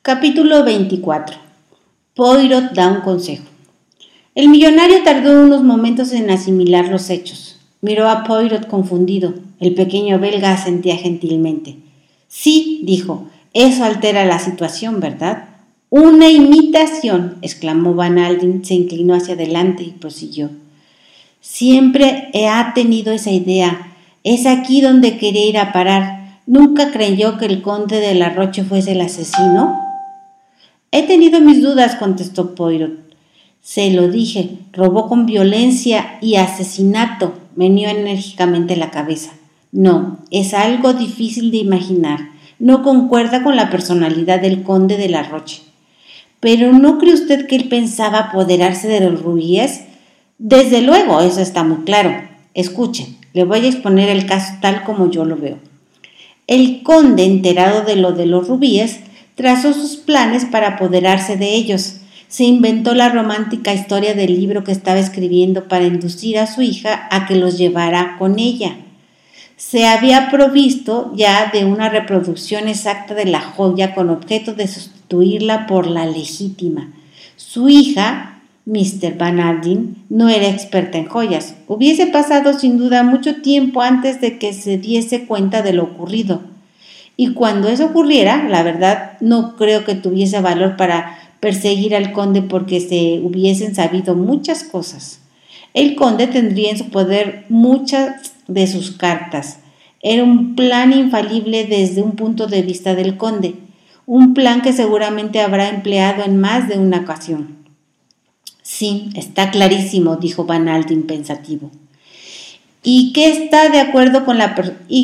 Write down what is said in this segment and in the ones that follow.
Capítulo 24. Poirot da un consejo. El millonario tardó unos momentos en asimilar los hechos. Miró a Poirot confundido. El pequeño belga asentía gentilmente. Sí, dijo, eso altera la situación, ¿verdad? Una imitación, exclamó Van Alden, se inclinó hacia adelante y prosiguió. Siempre ha tenido esa idea. Es aquí donde quería ir a parar. ¿Nunca creyó que el conde de la Roche fuese el asesino? He tenido mis dudas, contestó Poirot. Se lo dije, robó con violencia y asesinato, meneó enérgicamente la cabeza. No, es algo difícil de imaginar. No concuerda con la personalidad del conde de la Roche. ¿Pero no cree usted que él pensaba apoderarse de los rubíes? Desde luego, eso está muy claro. Escuchen, le voy a exponer el caso tal como yo lo veo. El conde, enterado de lo de los rubíes, trazó sus planes para apoderarse de ellos. Se inventó la romántica historia del libro que estaba escribiendo para inducir a su hija a que los llevara con ella. Se había provisto ya de una reproducción exacta de la joya con objeto de sustituirla por la legítima. Su hija, Mr. Van Alden, no era experta en joyas. Hubiese pasado sin duda mucho tiempo antes de que se diese cuenta de lo ocurrido. Y cuando eso ocurriera, la verdad, no creo que tuviese valor para perseguir al conde porque se hubiesen sabido muchas cosas. El conde tendría en su poder muchas de sus cartas. Era un plan infalible desde un punto de vista del conde, un plan que seguramente habrá empleado en más de una ocasión. Sí, está clarísimo, dijo Van Alden pensativo. Y que está de acuerdo con la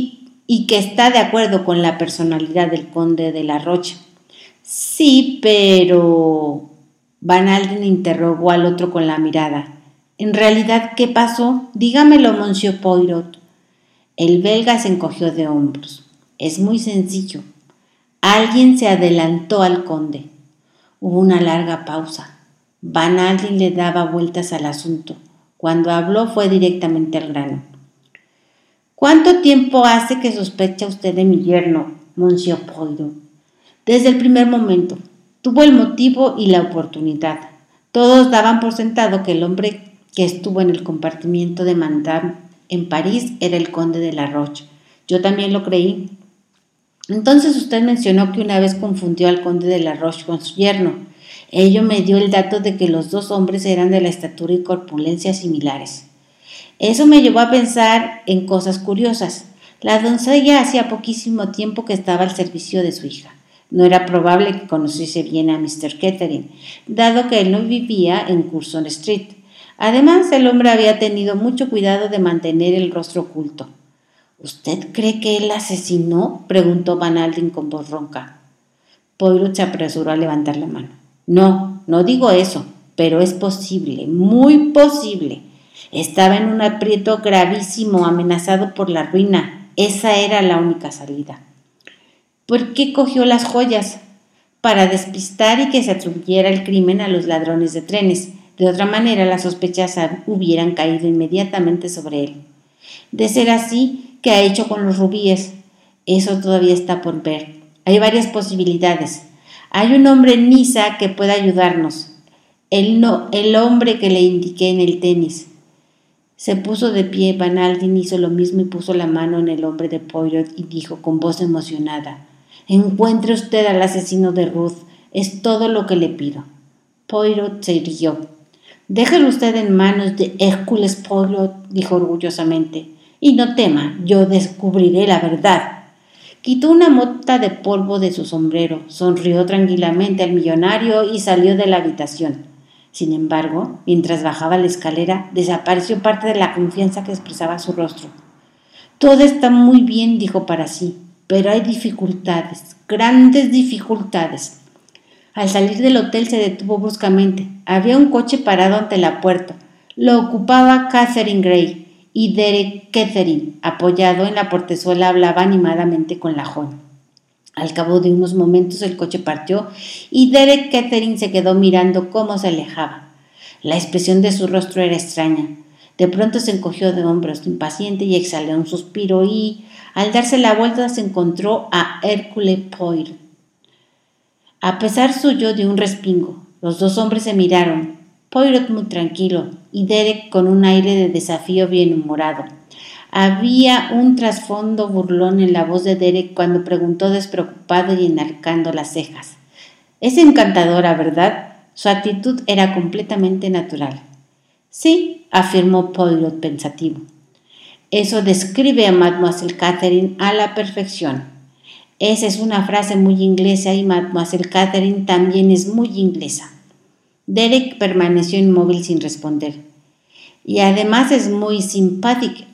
personalidad del conde de la Roche. Sí, pero... Van Alden interrogó al otro con la mirada. ¿En realidad qué pasó? Dígamelo, Monsieur Poirot. El belga se encogió de hombros. Es muy sencillo. Alguien se adelantó al conde. Hubo una larga pausa. Van Alden le daba vueltas al asunto. Cuando habló fue directamente al grano. ¿Cuánto tiempo hace que sospecha usted de mi yerno, Monsieur Poirot? Desde el primer momento. Tuvo el motivo y la oportunidad. Todos daban por sentado que el hombre que estuvo en el compartimiento de Madame en París era el conde de la Roche. Yo también lo creí. Entonces usted mencionó que una vez confundió al conde de la Roche con su yerno. Ello me dio el dato de que los dos hombres eran de la estatura y corpulencia similares. Eso me llevó a pensar en cosas curiosas. La doncella hacía poquísimo tiempo que estaba al servicio de su hija. No era probable que conociese bien a Mr. Kettering, dado que él no vivía en Curzon Street. Además, el hombre había tenido mucho cuidado de mantener el rostro oculto. ¿Usted cree que él asesinó?, preguntó Van Alden con voz ronca. Poirot se apresuró a levantar la mano. No, no digo eso, pero es posible, muy posible. Estaba en un aprieto gravísimo, amenazado por la ruina. Esa era la única salida. ¿Por qué cogió las joyas? Para despistar y que se atribuyera el crimen a los ladrones de trenes. De otra manera, las sospechas hubieran caído inmediatamente sobre él. De ser así, ¿qué ha hecho con los rubíes? Eso todavía está por ver. Hay varias posibilidades. Hay un hombre en Niza que puede ayudarnos. El hombre que le indiqué en el tenis. Se puso de pie. Van Alden hizo lo mismo y puso la mano en el hombro de Poirot y dijo con voz emocionada: «Encuentre usted al asesino de Ruth. Es todo lo que le pido». Poirot se rió. «Déjelo usted en manos de Hércules Poirot», dijo orgullosamente. «Y no tema, yo descubriré la verdad». Quitó una mota de polvo de su sombrero, sonrió tranquilamente al millonario y salió de la habitación. Sin embargo, mientras bajaba la escalera, desapareció parte de la confianza que expresaba su rostro. «Todo está muy bien», dijo para sí, «pero hay dificultades, grandes dificultades». Al salir del hotel se detuvo bruscamente. Había un coche parado ante la puerta. Lo ocupaba Catherine Grey y Derek Kettering, apoyado en la portezuela, hablaba animadamente con la joven. Al cabo de unos momentos el coche partió y Derek Kettering se quedó mirando cómo se alejaba. La expresión de su rostro era extraña. De pronto se encogió de hombros, impaciente, y exhaló un suspiro y, al darse la vuelta, se encontró a Hércules Poirot. A pesar suyo dio un respingo. Los dos hombres se miraron, Poirot muy tranquilo y Derek con un aire de desafío bienhumorado. Había un trasfondo burlón en la voz de Derek cuando preguntó despreocupado y enarcando las cejas. Es encantadora, ¿verdad? Su actitud era completamente natural. Sí, afirmó Poirot pensativo. Eso describe a Mademoiselle Catherine a la perfección. Esa es una frase muy inglesa y Mademoiselle Catherine también es muy inglesa. Derek permaneció inmóvil sin responder. Y además es muy simpática.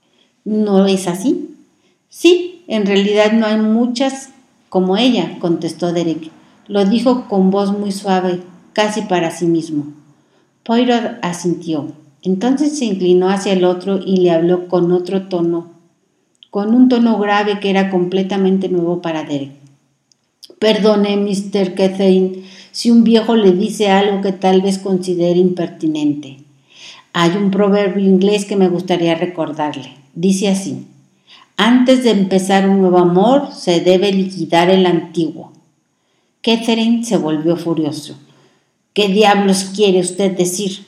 ¿No es así? Sí, en realidad no hay muchas como ella, contestó Derek. Lo dijo con voz muy suave, casi para sí mismo. Poirot asintió. Entonces se inclinó hacia el otro y le habló con otro tono, con un tono grave que era completamente nuevo para Derek. Perdone, Mr. Catherine, si un viejo le dice algo que tal vez considere impertinente. Hay un proverbio inglés que me gustaría recordarle. Dice así: antes de empezar un nuevo amor, se debe liquidar el antiguo. Catherine se volvió furioso. ¿Qué diablos quiere usted decir?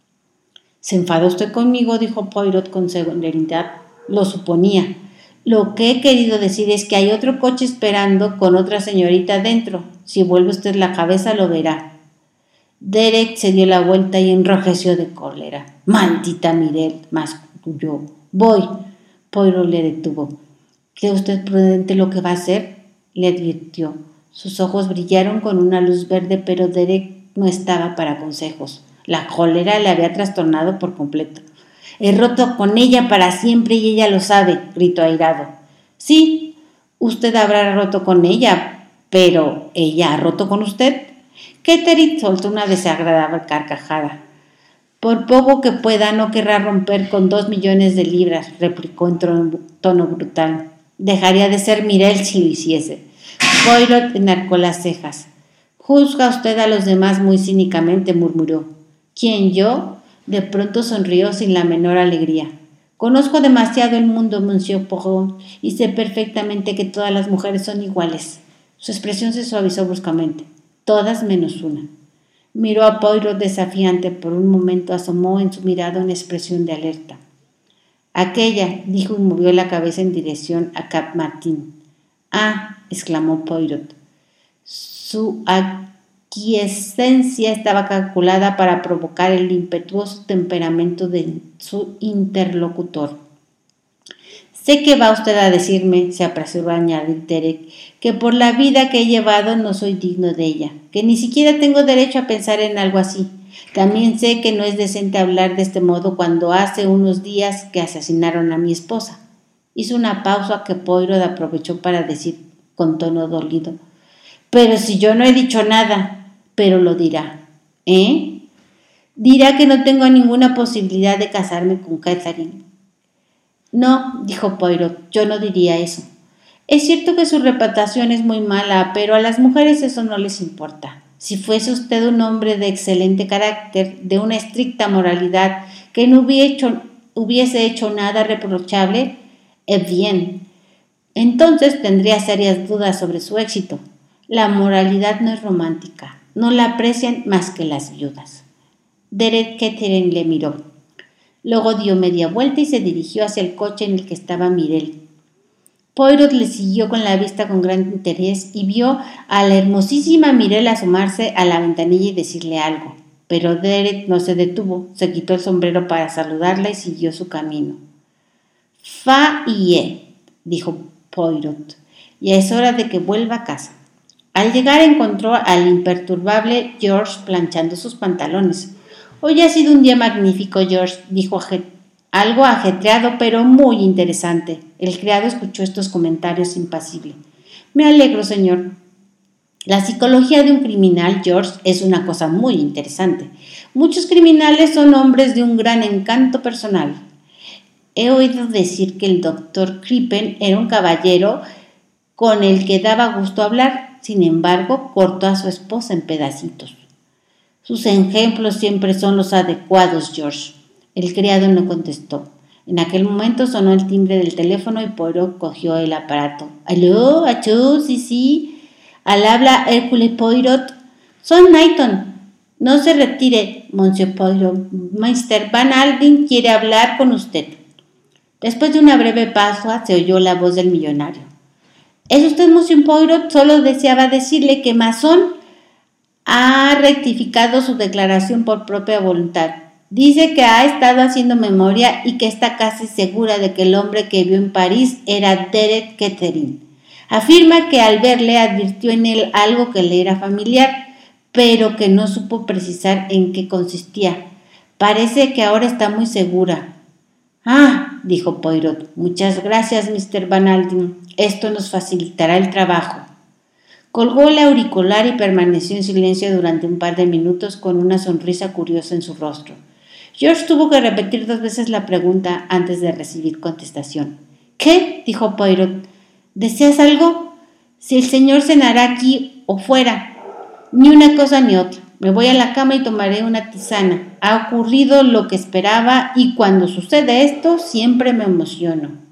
¿Se enfadó usted conmigo?, dijo Poirot con serenidad. Lo suponía. Lo que he querido decir es que hay otro coche esperando con otra señorita dentro. Si vuelve usted la cabeza lo verá. Derek se dio la vuelta y enrojeció de cólera. ¡Maldita Mirel!, masculló. Voy. Poirot le detuvo. ¿Cree usted prudente lo que va a hacer?, le advirtió. Sus ojos brillaron con una luz verde, pero Derek no estaba para consejos. La cólera le había trastornado por completo. He roto con ella para siempre y ella lo sabe, gritó airado. Sí, usted habrá roto con ella, pero ¿ella ha roto con usted? Catherine soltó una desagradable carcajada. Por poco que pueda, no querrá romper con 2 millones de libras, replicó en tono brutal. Dejaría de ser Mirel si lo hiciese. Poirot enarcó las cejas. Juzga usted a los demás muy cínicamente, murmuró. ¿Quién, yo? De pronto sonrió sin la menor alegría. Conozco demasiado el mundo, Monsieur Poirot, y sé perfectamente que todas las mujeres son iguales. Su expresión se suavizó bruscamente. Todas menos una. Miró a Poirot desafiante. Por un momento asomó en su mirada una expresión de alerta. Aquella, dijo y movió la cabeza en dirección a Cap Martin. Ah, exclamó Poirot. Su aquiescencia estaba calculada para provocar el impetuoso temperamento de su interlocutor. Sé que va usted a decirme, se apresuró a añadir Derek, que por la vida que he llevado no soy digno de ella, que ni siquiera tengo derecho a pensar en algo así. También sé que no es decente hablar de este modo cuando hace unos días que asesinaron a mi esposa. Hizo una pausa que Poirot aprovechó para decir con tono dolido. Pero si yo no he dicho nada, pero lo dirá. ¿Eh? Dirá que no tengo ninguna posibilidad de casarme con Catherine. No, dijo Poirot, yo no diría eso. Es cierto que su reputación es muy mala, pero a las mujeres eso no les importa. Si fuese usted un hombre de excelente carácter, de una estricta moralidad, que no hubiese hecho nada reprochable, bien, entonces tendría serias dudas sobre su éxito. La moralidad no es romántica, no la aprecian más que las viudas. Derek Catherine le miró. Luego dio media vuelta y se dirigió hacia el coche en el que estaba Mirel. Poirot le siguió con la vista con gran interés y vio a la hermosísima Mirel asomarse a la ventanilla y decirle algo. Pero Derek no se detuvo, se quitó el sombrero para saludarla y siguió su camino. Fa y dijo Poirot, ya es hora de que vuelva a casa. Al llegar encontró al imperturbable George planchando sus pantalones. Hoy ha sido un día magnífico, George, dijo algo ajetreado pero muy interesante. El criado escuchó estos comentarios impasible. Me alegro, señor. La psicología de un criminal, George, es una cosa muy interesante. Muchos criminales son hombres de un gran encanto personal. He oído decir que el doctor Crippen era un caballero con el que daba gusto hablar. Sin embargo, cortó a su esposa en pedacitos. Sus ejemplos siempre son los adecuados, George. El criado no contestó. En aquel momento sonó el timbre del teléfono y Poirot cogió el aparato. ¿Aló? ¿Achú? Sí. Al habla Hércules Poirot. Son Knighton. No se retire, Monsieur Poirot. Mr. Van Alden quiere hablar con usted. Después de una breve pausa se oyó la voz del millonario. ¿Es usted Monsieur Poirot? Solo deseaba decirle que Masón ha rectificado su declaración por propia voluntad. Dice que ha estado haciendo memoria y que está casi segura de que el hombre que vio en París era Derek Catherine. Afirma que al verle advirtió en él algo que le era familiar, pero que no supo precisar en qué consistía. Parece que ahora está muy segura. Ah, dijo Poirot, muchas gracias, Mr. Van Alden. Esto nos facilitará el trabajo. Colgó el auricular y permaneció en silencio durante un par de minutos con una sonrisa curiosa en su rostro. George tuvo que repetir 2 veces la pregunta antes de recibir contestación. ¿Qué? Dijo Poirot. ¿Deseas algo? Si el señor cenará aquí o fuera. Ni una cosa ni otra. Me voy a la cama y tomaré una tisana. Ha ocurrido lo que esperaba y cuando sucede esto siempre me emociono.